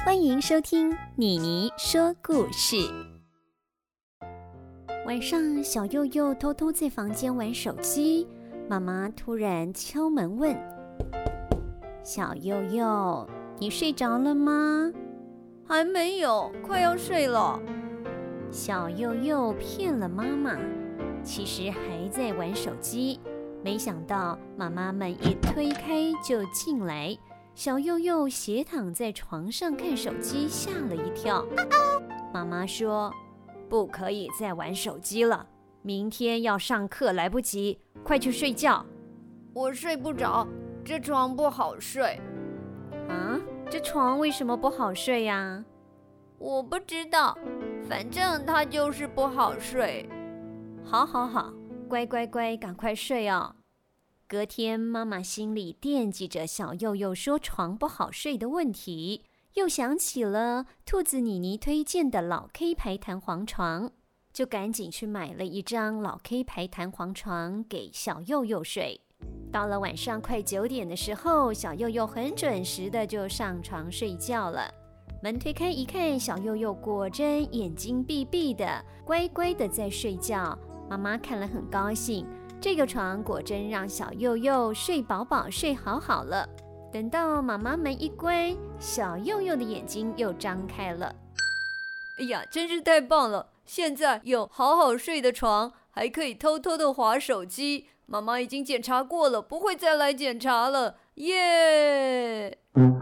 欢迎收听妮妮说故事。晚上，小佑佑偷偷在房间玩手机，妈妈突然敲门问：小佑佑，你睡着了吗？ 还没有，快要睡了。 小佑佑骗了妈妈，其实还在玩手机。没想到妈妈们一推开就进来，小佑佑斜躺在床上看手机，吓了一跳。妈妈说：不可以再玩手机了，明天要上课，来不及，快去睡觉。 我睡不着，这床不好睡。 啊，这床为什么不好睡呀？ 我不知道，反正它就是不好睡。 好，乖，赶快睡哦。隔天，妈妈心里惦记着小佑佑说床不好睡的问题，又想起了兔子妮妮推荐的老 K 牌弹簧床，就赶紧去买了一张老 K 牌弹簧床给小佑佑睡。到了晚上快9点的时候，小佑佑很准时的就上床睡觉了。门推开一看，小佑佑果真眼睛闭闭的，乖乖的在睡觉。妈妈看了很高兴，这个床果真让小佑佑睡饱饱，睡好好了。等到妈妈们一关，小佑佑的眼睛又张开了。 哎呀，真是太棒了！现在有好好睡的床，还可以偷偷的滑手机。妈妈已经检查过了，不会再来检查了，耶！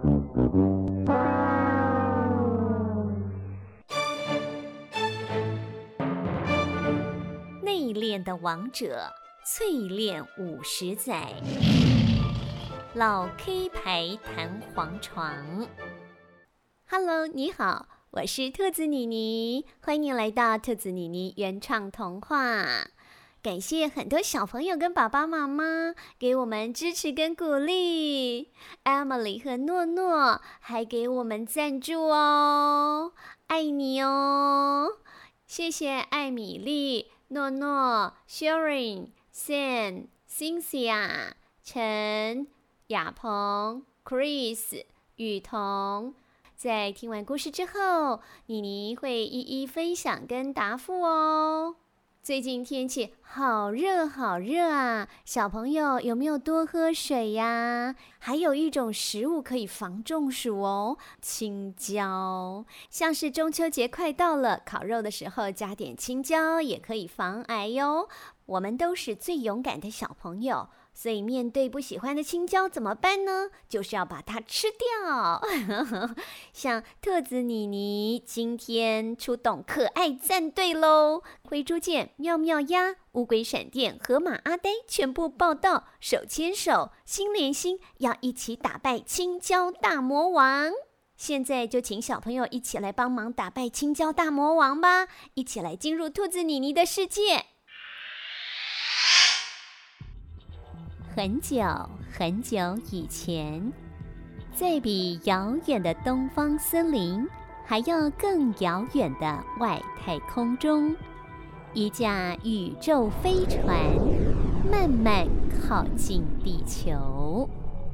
内敛的王者，淬炼50载，老 K 牌弹簧床。Hello， 你好，我是兔子妮妮，欢迎来到兔子妮妮原创童话。感谢很多小朋友跟爸爸妈妈给我们支持跟鼓励， Emily 和诺诺还给我们赞助哦，爱你哦。谢谢艾米丽、诺诺、Sharon、Sam、Cynthia、陈、亚鹏、Chris、雨桐。在听完故事之后，妮妮会一一分享跟答复哦。最近天气好热啊，小朋友有没有多喝水呀？还有一种食物可以防中暑哦，青椒。像是中秋节快到了，烤肉的时候加点青椒也可以防癌哟。我们都是最勇敢的小朋友，所以面对不喜欢的青椒怎么办呢？就是要把它吃掉。像兔子妮妮今天出动可爱战队咯，灰猪剑、妙妙鸭、乌龟闪电、河马阿呆全部报到，手牵手，心连心，要一起打败青椒大魔王。现在就请小朋友一起来帮忙打败青椒大魔王吧，一起来进入兔子妮妮的世界。很久很久以前，在比遥远的东方森林还要更遥远的外太空中，一架宇宙飞船慢慢靠近地球。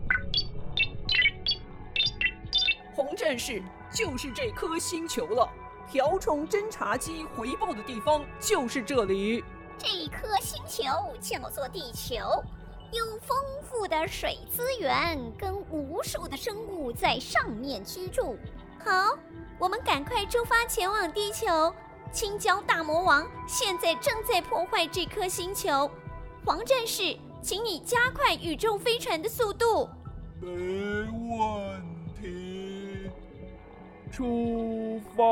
红战士，就是这颗星球了，条虫侦察机回报的地方就是这里。 这颗星球叫做地球，有丰富的水资源跟无数的生物在上面居住。 好，我们赶快出发前往地球。青椒大魔王现在正在破坏这颗星球，黄战士，请你加快宇宙飞船的速度。 没问题，出发。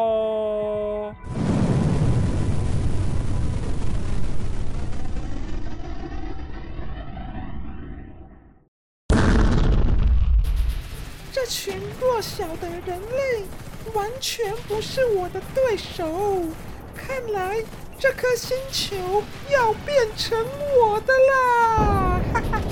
这群弱小的人类完全不是我的对手，看来这颗星球要变成我的啦！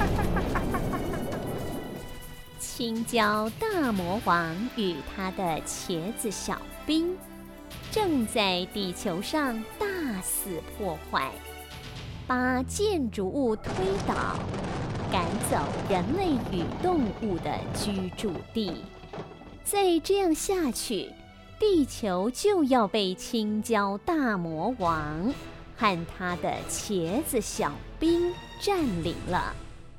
青椒大魔王与他的茄子小兵正在地球上大肆破坏，把建筑物推倒，赶走人类与动物的居住地。 再这样下去，地球就要被青椒大魔王和他的茄子小兵占领了。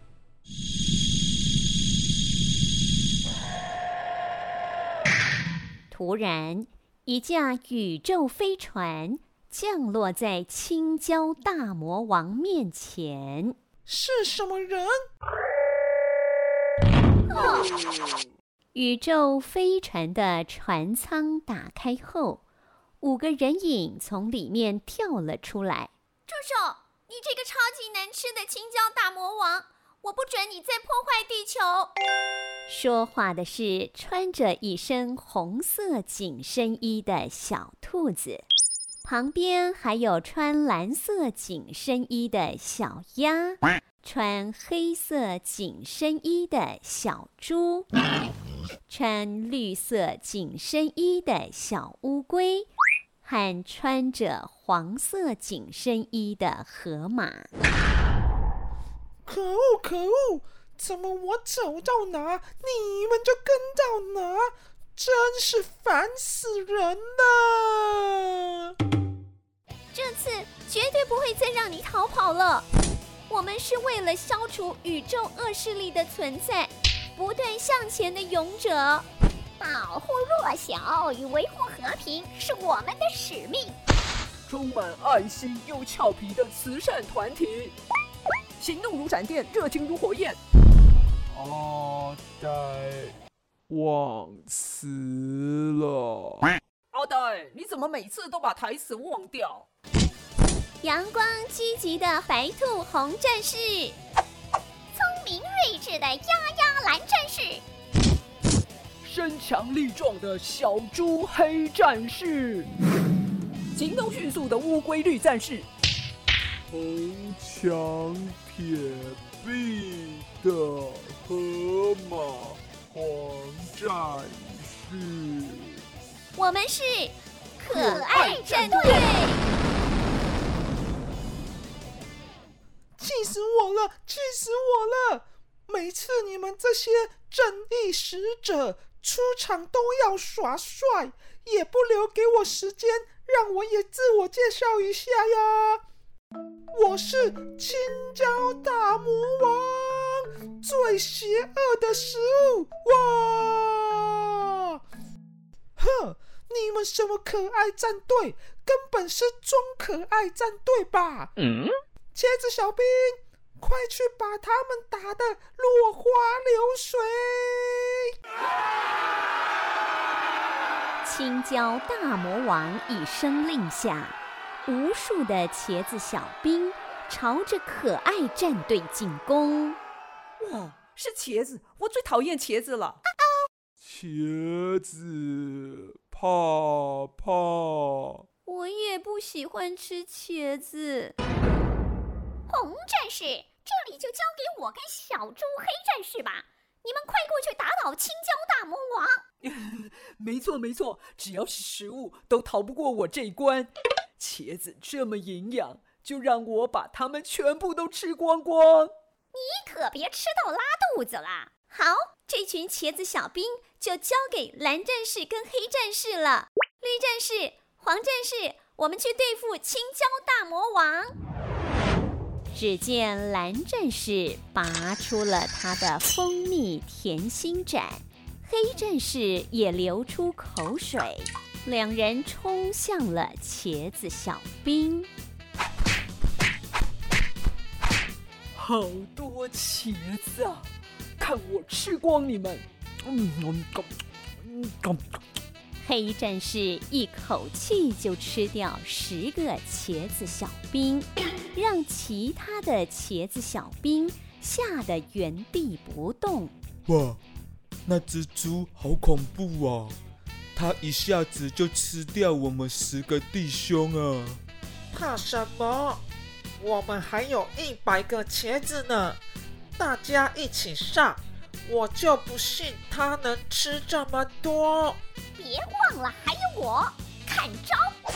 突然，一架宇宙飞船降落在青椒大魔王面前。 是什么人？ 宇宙飞船的船舱打开后，5个人影从里面跳了出来。 住手！你这个超级难吃的青椒大魔王，我不准你再破坏地球！ 说话的是穿着一身红色紧身衣的小兔子，旁边还有穿蓝色紧身衣的小鸭，穿黑色紧身衣的小猪，穿绿色紧身衣的小乌龟，和穿着黄色紧身衣的河马。 可恶可恶！怎么我走到哪，你们就跟到哪？真是烦死人了！ 这次绝对不会再让你逃跑了。我们是为了消除宇宙恶势力的存在，不断向前的勇者。保护弱小与维护和平是我们的使命。 充满爱心又俏皮的慈善团体，行动如闪电，热情如火焰。 阿呆忘词了。 阿呆，你怎么每次都把台词忘掉？ 阳光积极的白兔红战士，聪明睿智的丫丫蓝战士， 身强力壮的小猪黑战士，行动迅速的乌龟绿战士， 铜墙铁壁的河马黄战士。 我们是可爱战队。 气死我了！气死我了！每次你们这些正义使者出场都要耍帅，也不留给我时间让我也自我介绍一下呀！我是青椒大魔王，最邪恶的食物！哇！哼，你们什么可爱战队，根本是装可爱战队吧？茄子小兵，快去把他们打得落花流水！ 青椒大魔王一声令下，无数的茄子小兵朝着可爱战队进攻。 哇，是茄子，我最讨厌茄子了。 茄子怕怕， 我也不喜欢吃茄子。 红战士，这里就交给我跟小猪黑战士吧，你们快过去打倒青椒大魔王！ 没错没错，只要是食物都逃不过我这一关。茄子这么营养，就让我把它们全部都吃光光。 你可别吃到拉肚子啦！ 好，这群茄子小兵就交给蓝战士跟黑战士了。绿战士、黄战士，我们去对付青椒大魔王。只见蓝战士拔出了他的蜂蜜甜心斩，黑战士也流出口水，两人冲向了茄子小兵。 好多茄子啊！看我吃光你们！ 黑战士一口气就吃掉10个茄子小兵，让其他的茄子小兵吓得原地不动。 哇，那只猪好恐怖啊！它一下子就吃掉我们10个弟兄啊！ 怕什么？我们还有100个茄子呢，大家一起上！我就不信他能吃这么多！ 别忘了还有我，看招！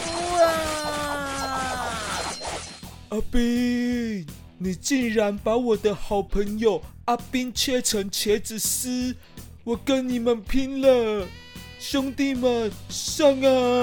阿兵，你竟然把我的好朋友阿兵切成茄子丝， 我跟你们拼了！兄弟们，上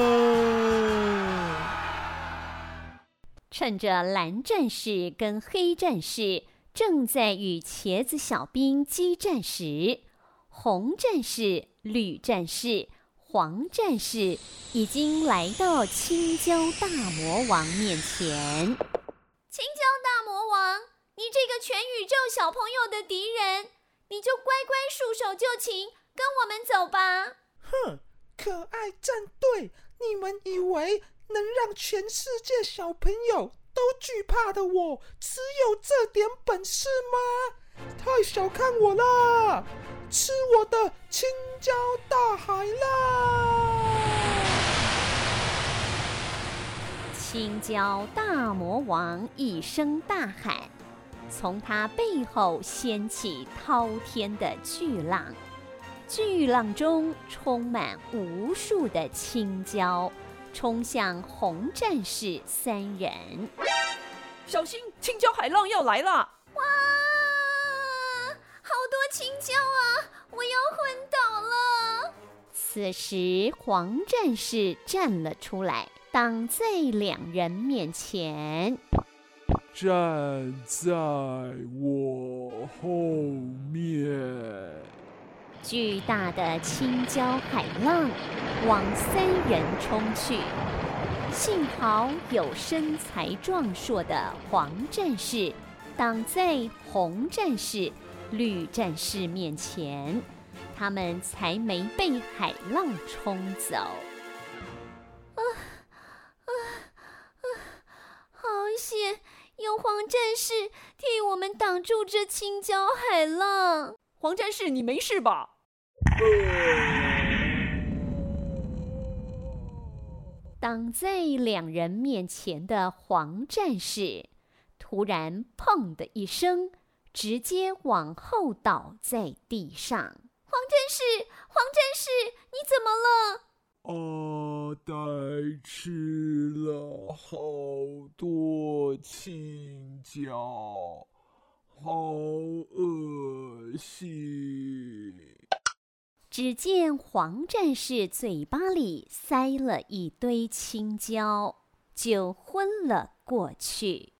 啊！ 趁着蓝战士跟黑战士正在与茄子小兵激战时，红战士、绿战士、黄战士已经来到青椒大魔王面前。 青椒大魔王，你这个全宇宙小朋友的敌人，你就乖乖束手就擒，跟我们走吧。 哼，可爱战队，你们以为能让全世界小朋友都惧怕的我，只有这点本事吗？太小看我了！吃我的青椒大海啦！ 青椒大魔王一声大喊，从他背后掀起滔天的巨浪，巨浪中充满无数的青椒，冲向红战士3人。 小心，青椒海浪要来了！ 哇，好多青椒啊！我要昏倒了。 此时，黄战士站了出来，挡在2人面前。 站在我后面。 巨大的青椒海浪往3人冲去，幸好有身材壮硕的黄战士挡在红战士、绿战士面前，他们才没被海浪冲走。 好险，有黄战士替我们挡住这青椒海浪。 黄战士，你没事吧？ 挡在2人面前的黄战士突然砰的一声，直接往后倒在地上。 黄战士，你怎么了？ 阿呆吃了好多青椒，好恶心。 只见黄战士嘴巴里塞了一堆青椒，就昏了过去。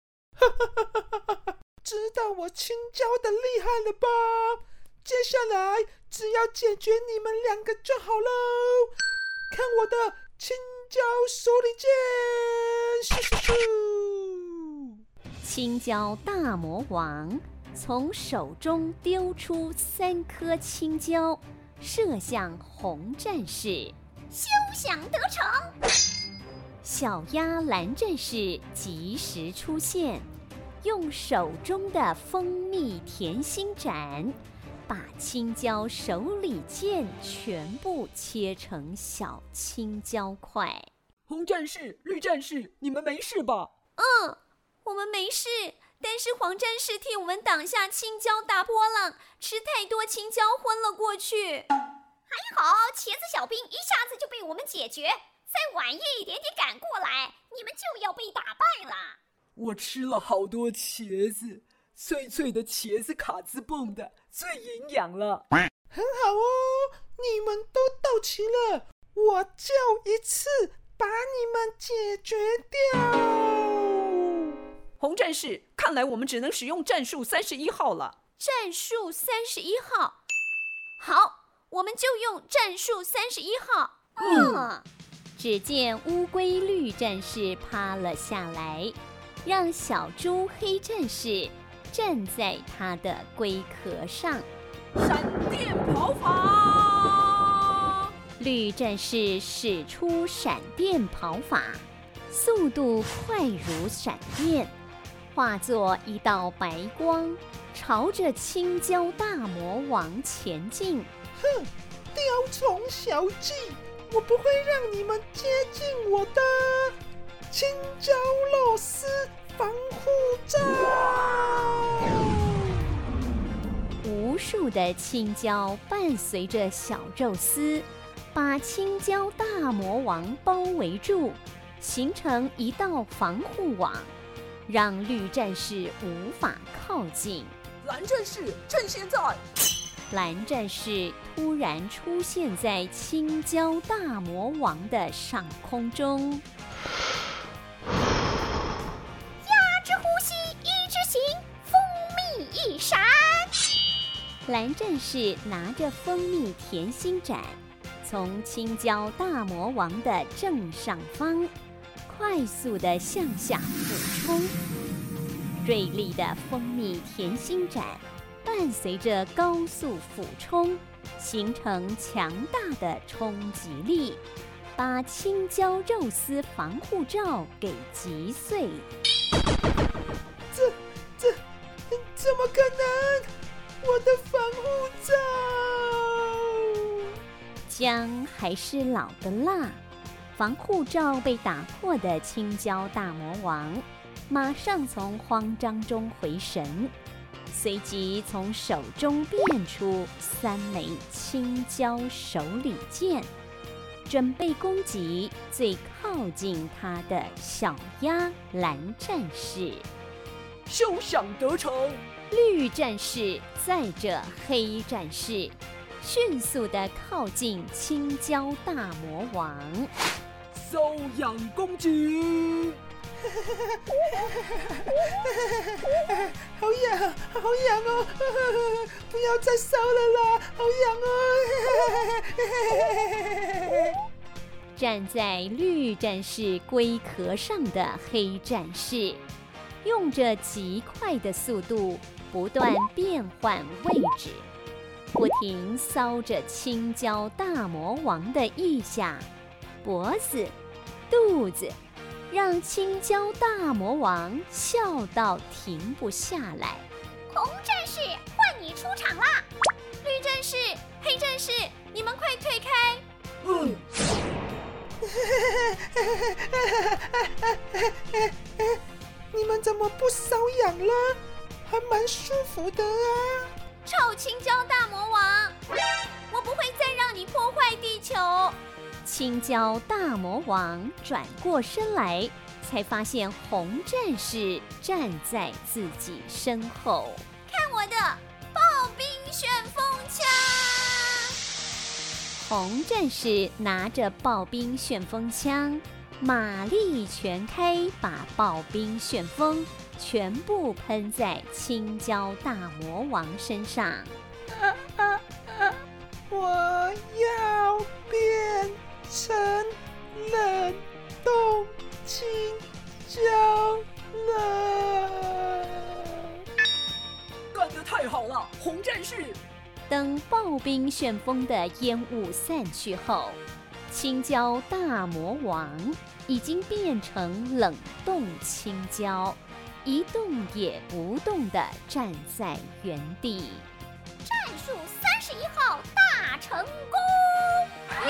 知道我青椒的厉害了吧？接下来只要解决你们2个就好喽！看我的青椒手里剑！咻咻咻！ 青椒大魔王从手中丢出3颗青椒，射向红战士， 休想得逞！ 小鸭蓝战士及时出现，用手中的蜂蜜甜心斩，把青椒手里剑全部切成小青椒块。 红战士、绿战士，你们没事吧？ 我们没事，但是黄战士替我们挡下青椒大波浪，吃太多青椒昏了过去。还好茄子小兵一下子就被我们解决，再晚一点点赶过来，你们就要被打败了。 我吃了好多茄子，脆脆的茄子卡兹蹦的，最营养了。 很好哦，你们都到齐了，我就一次把你们解决掉。 红战士，看来我们只能使用战术31号了。 战术31号，好，我们就用战术31号。 只见乌龟绿战士趴了下来，让小猪黑战士站在他的龟壳上。 闪电跑法！ 绿战士使出闪电跑法，速度快如闪电，化作一道白光，朝着青椒大魔王前进。 哼，雕虫小技，我不会让你们接近我的青椒肉丝防护罩。 无数的青椒伴随着小肉丝，把青椒大魔王包围住，形成一道防护网，让绿战士无法靠近。 蓝战士，趁现在！ 蓝战士突然出现在青椒大魔王的上空中。 压制呼吸，一直行，蜂蜜一闪。 蓝战士拿着蜂蜜甜心斩，从青椒大魔王的正上方快速地向下俯冲。锐利的蜂蜜甜心斩伴随着高速俯冲，形成强大的冲击力，把青椒肉丝防护罩给击碎。 怎么可能？我的防护罩！ 姜还是老的辣，防护罩被打破的青椒大魔王马上从慌张中回神，随即从手中变出3枚青椒手里剑，准备攻击最靠近他的小鸭蓝战士。 休想得逞！ 绿战士载着黑战士，迅速地靠近青椒大魔王。 瘙痒攻击！ 好痒，好痒哦！不要再烧了啦，好痒哦！ 站在绿战士龟壳上的黑战士，用着极快的速度不断变换位置，不停搔着青椒大魔王的腋下、脖子、肚子，让青椒大魔王笑到停不下来。 红战士，换你出场啦！绿战士、黑战士，你们快退开！ 你们怎么不瘙痒了？还蛮舒服的啊！ 臭青椒大魔王，我不会再让你破坏地球！ 青椒大魔王转过身来，才发现红战士站在自己身后。 看我的暴冰旋风枪！ 红战士拿着暴冰旋风枪，马力全开，把暴冰旋风全部喷在青椒大魔王身上。 我要变成冷冻青椒了！ 干得太好了，红战士！ 等暴冰旋风的烟雾散去后，青椒大魔王已经变成冷冻青椒，一动也不动地站在原地。 战术31号大成功！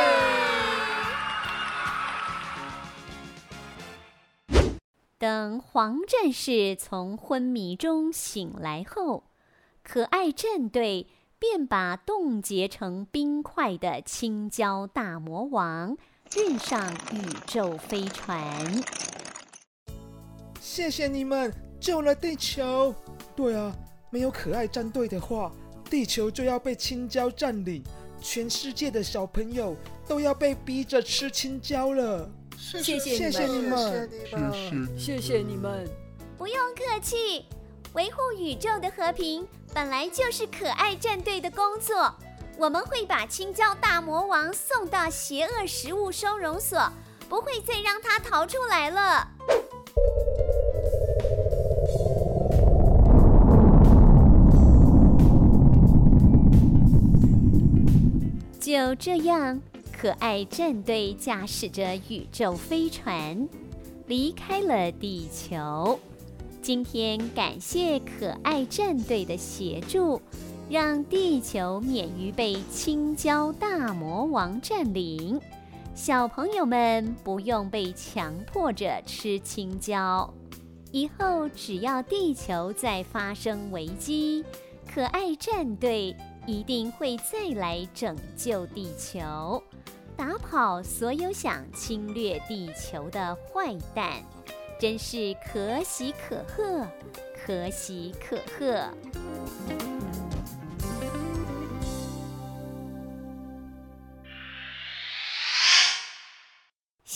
等黄战士从昏迷中醒来后，可爱战队便把冻结成冰块的青椒大魔王运上宇宙飞船。 谢谢你们救了地球。对啊，没有可爱战队的话，地球就要被青椒占领，全世界的小朋友都要被逼着吃青椒了。 谢谢你们， 谢谢你们。 不用客气，维护宇宙的和平本来就是可爱战队的工作。我们会把青椒大魔王送到邪恶食物收容所，不会再让他逃出来了。 就这样，可爱战队驾驶着宇宙飞船离开了地球。今天感谢可爱战队的协助，让地球免于被青椒大魔王占领，小朋友们不用被强迫着吃青椒。以后只要地球再发生危机，可爱战队一定会再来拯救地球，打跑所有想侵略地球的坏蛋。真是可喜可贺，可喜可贺。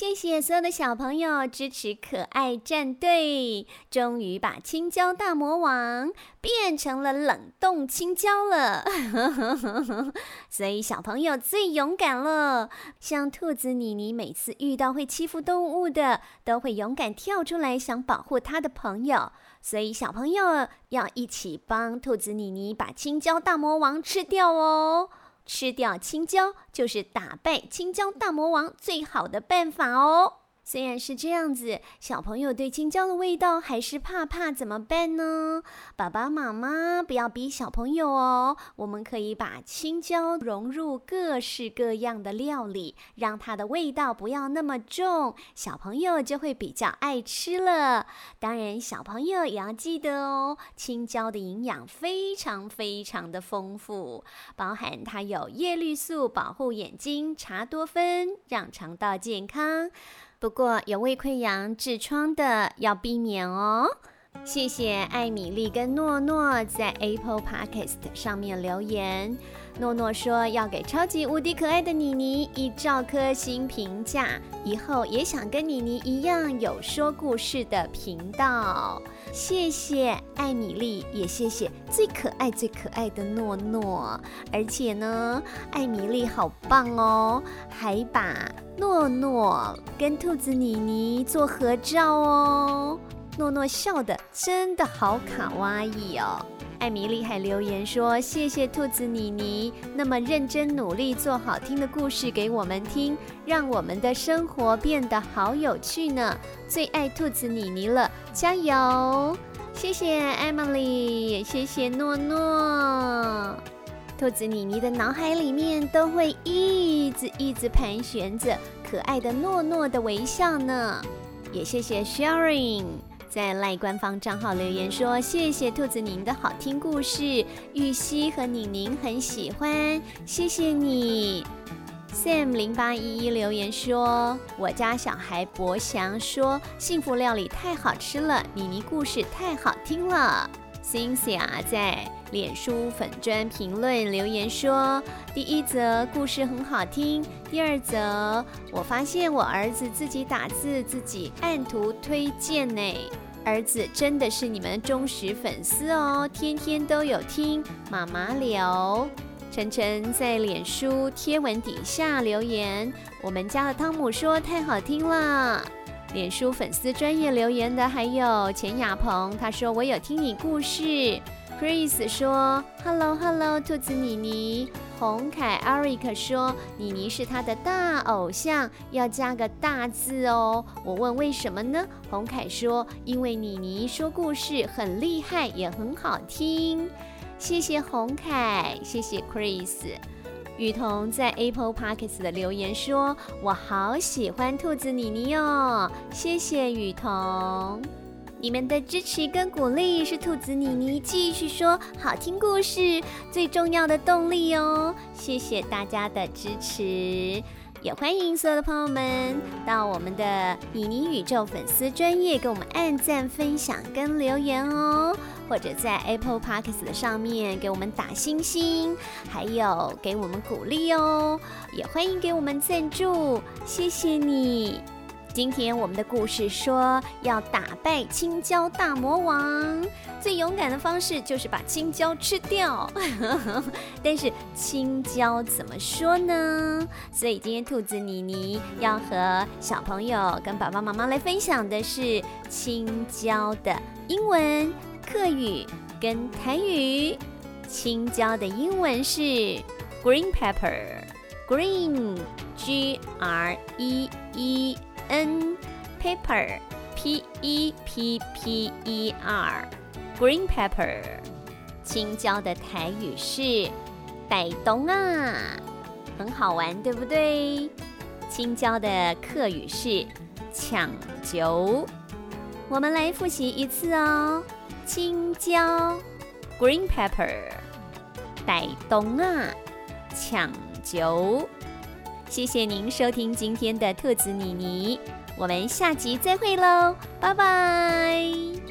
谢谢所有的小朋友支持可爱战队，终于把青椒大魔王变成了冷冻青椒了。所以小朋友最勇敢了，像兔子妮妮每次遇到会欺负动物的，都会勇敢跳出来想保护他的朋友。所以小朋友要一起帮兔子妮妮把青椒大魔王吃掉哦。吃掉青椒就是打败青椒大魔王最好的办法哦。虽然是这样子，小朋友对青椒的味道还是怕，怎么办呢？爸爸妈妈不要逼小朋友哦，我们可以把青椒融入各式各样的料理，让它的味道不要那么重，小朋友就会比较爱吃了。当然小朋友也要记得哦，青椒的营养非常的丰富，包含它有叶绿素保护眼睛，茶多酚让肠道健康。不过有胃溃疡、痔疮的要避免哦。谢谢艾米丽跟诺诺在 Apple Podcast 上面留言。诺诺说要给超级无敌可爱的妮妮1兆颗星评价，以后也想跟妮妮一样有说故事的频道。谢谢艾米丽，也谢谢最可爱的诺诺。而且呢，艾米丽好棒哦，还把诺诺跟兔子妮妮做合照哦。诺诺笑得真的好卡哇伊哦。艾米丽还留言说，谢谢兔子妮妮那么认真努力做好听的故事给我们听，让我们的生活变得好有趣呢，最爱兔子妮妮了，加油。谢谢 Emily， 也谢谢诺诺。兔子妮妮的脑海里面都会一直盘旋着可爱的诺诺的微笑呢。也谢谢 Sharing在赖官方账号留言说，谢谢兔子妮妮的好听故事，玉溪和妮妮很喜欢，谢谢你。Sam0811 留言说，我家小孩博翔说，幸福料理太好吃了，妮妮故事太好听了。Cynthia 在脸书粉专评论留言说，第1则故事很好听，第2则我发现我儿子自己打字自己按图推荐呢，儿子真的是你们忠实粉丝哦，天天都有听，妈妈留。晨晨在脸书贴文底下留言，我们家的汤姆说太好听了。脸书粉丝专页留言的还有钱雅鹏，他说我有听你故事。Chris 说 Hello 兔子妮妮。洪凯 Eric 说妮妮是他的大偶像，要加个大字哦。我问为什么呢？洪凯说因为妮妮说故事很厉害，也很好听。谢谢洪凯，谢谢 Chris。 雨桐在 Apple Podcast 的留言说，我好喜欢兔子妮妮哦，谢谢雨桐。你们的支持跟鼓励是兔子妮妮继续说好听故事最重要的动力哦，谢谢大家的支持。也欢迎所有的朋友们到我们的妮妮宇宙粉丝专页给我们按赞、分享跟留言哦，或者在 Apple Podcast 的上面给我们打星星，还有给我们鼓励哦。也欢迎给我们赞助，谢谢你。今天我们的故事说要打败青椒大魔王，最勇敢的方式就是把青椒吃掉但是青椒怎么说呢？所以今天兔子妮妮要和小朋友跟爸爸妈妈来分享的是青椒的英文、客语跟台语。青椒的英文是 green pepper， green G-R-E-E-N pepper P-E-P-P-E-R green pepper。 青椒的台语是傣东啊，很好玩对不对？青椒的客语是抢救。我们来复习一次哦，青椒 green pepper， 傣东啊，抢救。谢谢您收听今天的兔子妮妮，我们下集再会喽，拜拜。